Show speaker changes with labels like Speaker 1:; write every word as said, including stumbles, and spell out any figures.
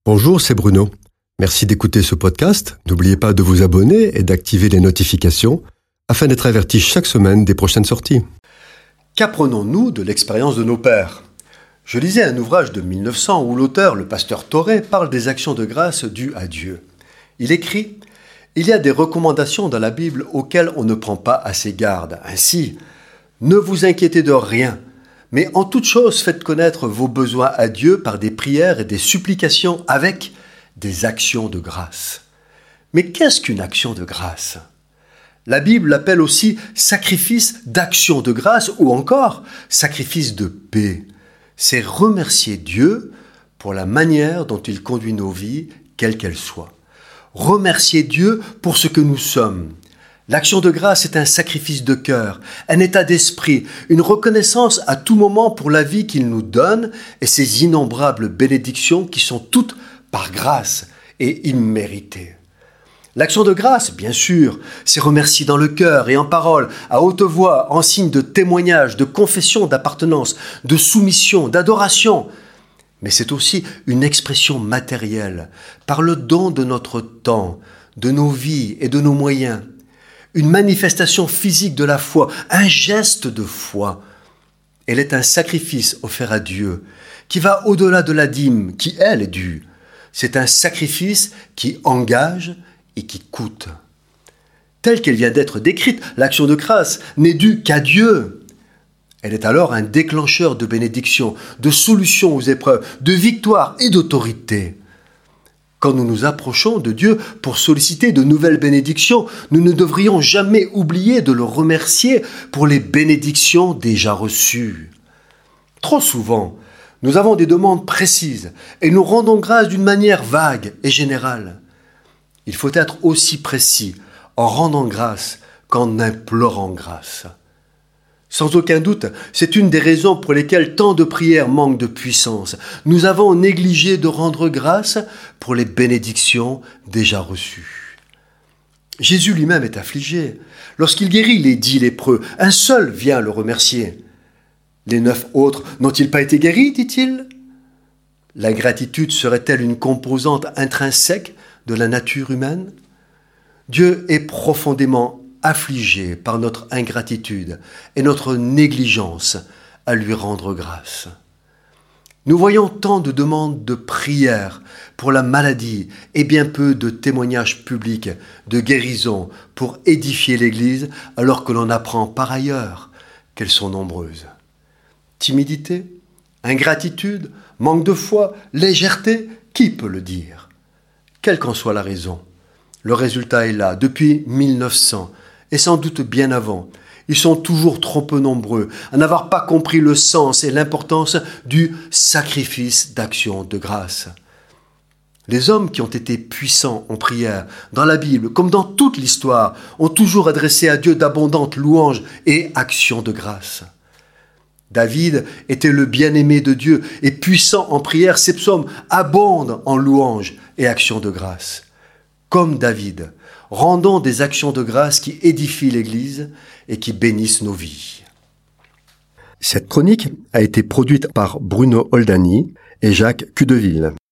Speaker 1: Bonjour, c'est Bruno. Merci d'écouter ce podcast. N'oubliez pas de vous abonner et d'activer les notifications afin d'être averti chaque semaine des prochaines sorties. Qu'apprenons-nous de l'expérience de nos pères ? Je lisais un ouvrage de mille neuf cents où l'auteur, le pasteur Torré, parle des actions de grâce dues à Dieu. Il écrit « Il y a des recommandations dans la Bible auxquelles on ne prend pas assez garde. Ainsi, ne vous inquiétez de rien. Mais en toute chose, faites connaître vos besoins à Dieu par des prières et des supplications avec des actions de grâce. » Mais qu'est-ce qu'une action de grâce ? La Bible l'appelle aussi sacrifice d'action de grâce ou encore sacrifice de paix. C'est remercier Dieu pour la manière dont il conduit nos vies, quelle qu'elle soit. Remercier Dieu pour ce que nous sommes. L'action de grâce est un sacrifice de cœur, un état d'esprit, une reconnaissance à tout moment pour la vie qu'il nous donne et ses innombrables bénédictions qui sont toutes par grâce et imméritées. L'action de grâce, bien sûr, c'est remercier dans le cœur et en parole, à haute voix, en signe de témoignage, de confession d'appartenance, de soumission, d'adoration. Mais c'est aussi une expression matérielle, par le don de notre temps, de nos vies et de nos moyens. Une manifestation physique de la foi, un geste de foi. Elle est un sacrifice offert à Dieu, qui va au-delà de la dîme, qui elle est due. C'est un sacrifice qui engage et qui coûte. Telle qu'elle vient d'être décrite, l'action de grâce n'est due qu'à Dieu. Elle est alors un déclencheur de bénédiction, de solution aux épreuves, de victoire et d'autorité. Quand nous nous approchons de Dieu pour solliciter de nouvelles bénédictions, nous ne devrions jamais oublier de le remercier pour les bénédictions déjà reçues. Trop souvent, nous avons des demandes précises et nous rendons grâce d'une manière vague et générale. Il faut être aussi précis en rendant grâce qu'en implorant grâce. Sans aucun doute, c'est une des raisons pour lesquelles tant de prières manquent de puissance. Nous avons négligé de rendre grâce pour les bénédictions déjà reçues. Jésus lui-même est affligé. Lorsqu'il guérit les dix lépreux, un seul vient le remercier. Les neuf autres n'ont-ils pas été guéris, dit-il ? L'ingratitude serait-elle une composante intrinsèque de la nature humaine ? Dieu est profondément affligé par notre ingratitude et notre négligence à lui rendre grâce. Nous voyons tant de demandes de prière pour la maladie et bien peu de témoignages publics de guérison pour édifier l'Église alors que l'on apprend par ailleurs qu'elles sont nombreuses. Timidité, ingratitude, manque de foi, légèreté, qui peut le dire ? Quelle qu'en soit la raison, le résultat est là depuis mille neuf cents et sans doute bien avant. Ils sont toujours trop peu nombreux à n'avoir pas compris le sens et l'importance du sacrifice d'action de grâce. Les hommes qui ont été puissants en prière, dans la Bible, comme dans toute l'histoire, ont toujours adressé à Dieu d'abondantes louanges et actions de grâce. David était le bien-aimé de Dieu et puissant en prière, ses psaumes abondent en louanges et actions de grâce. Comme David, rendons des actions de grâce qui édifient l'Église et qui bénissent nos vies. Cette chronique a été produite par Bruno Oldani et Jacques Cudeville.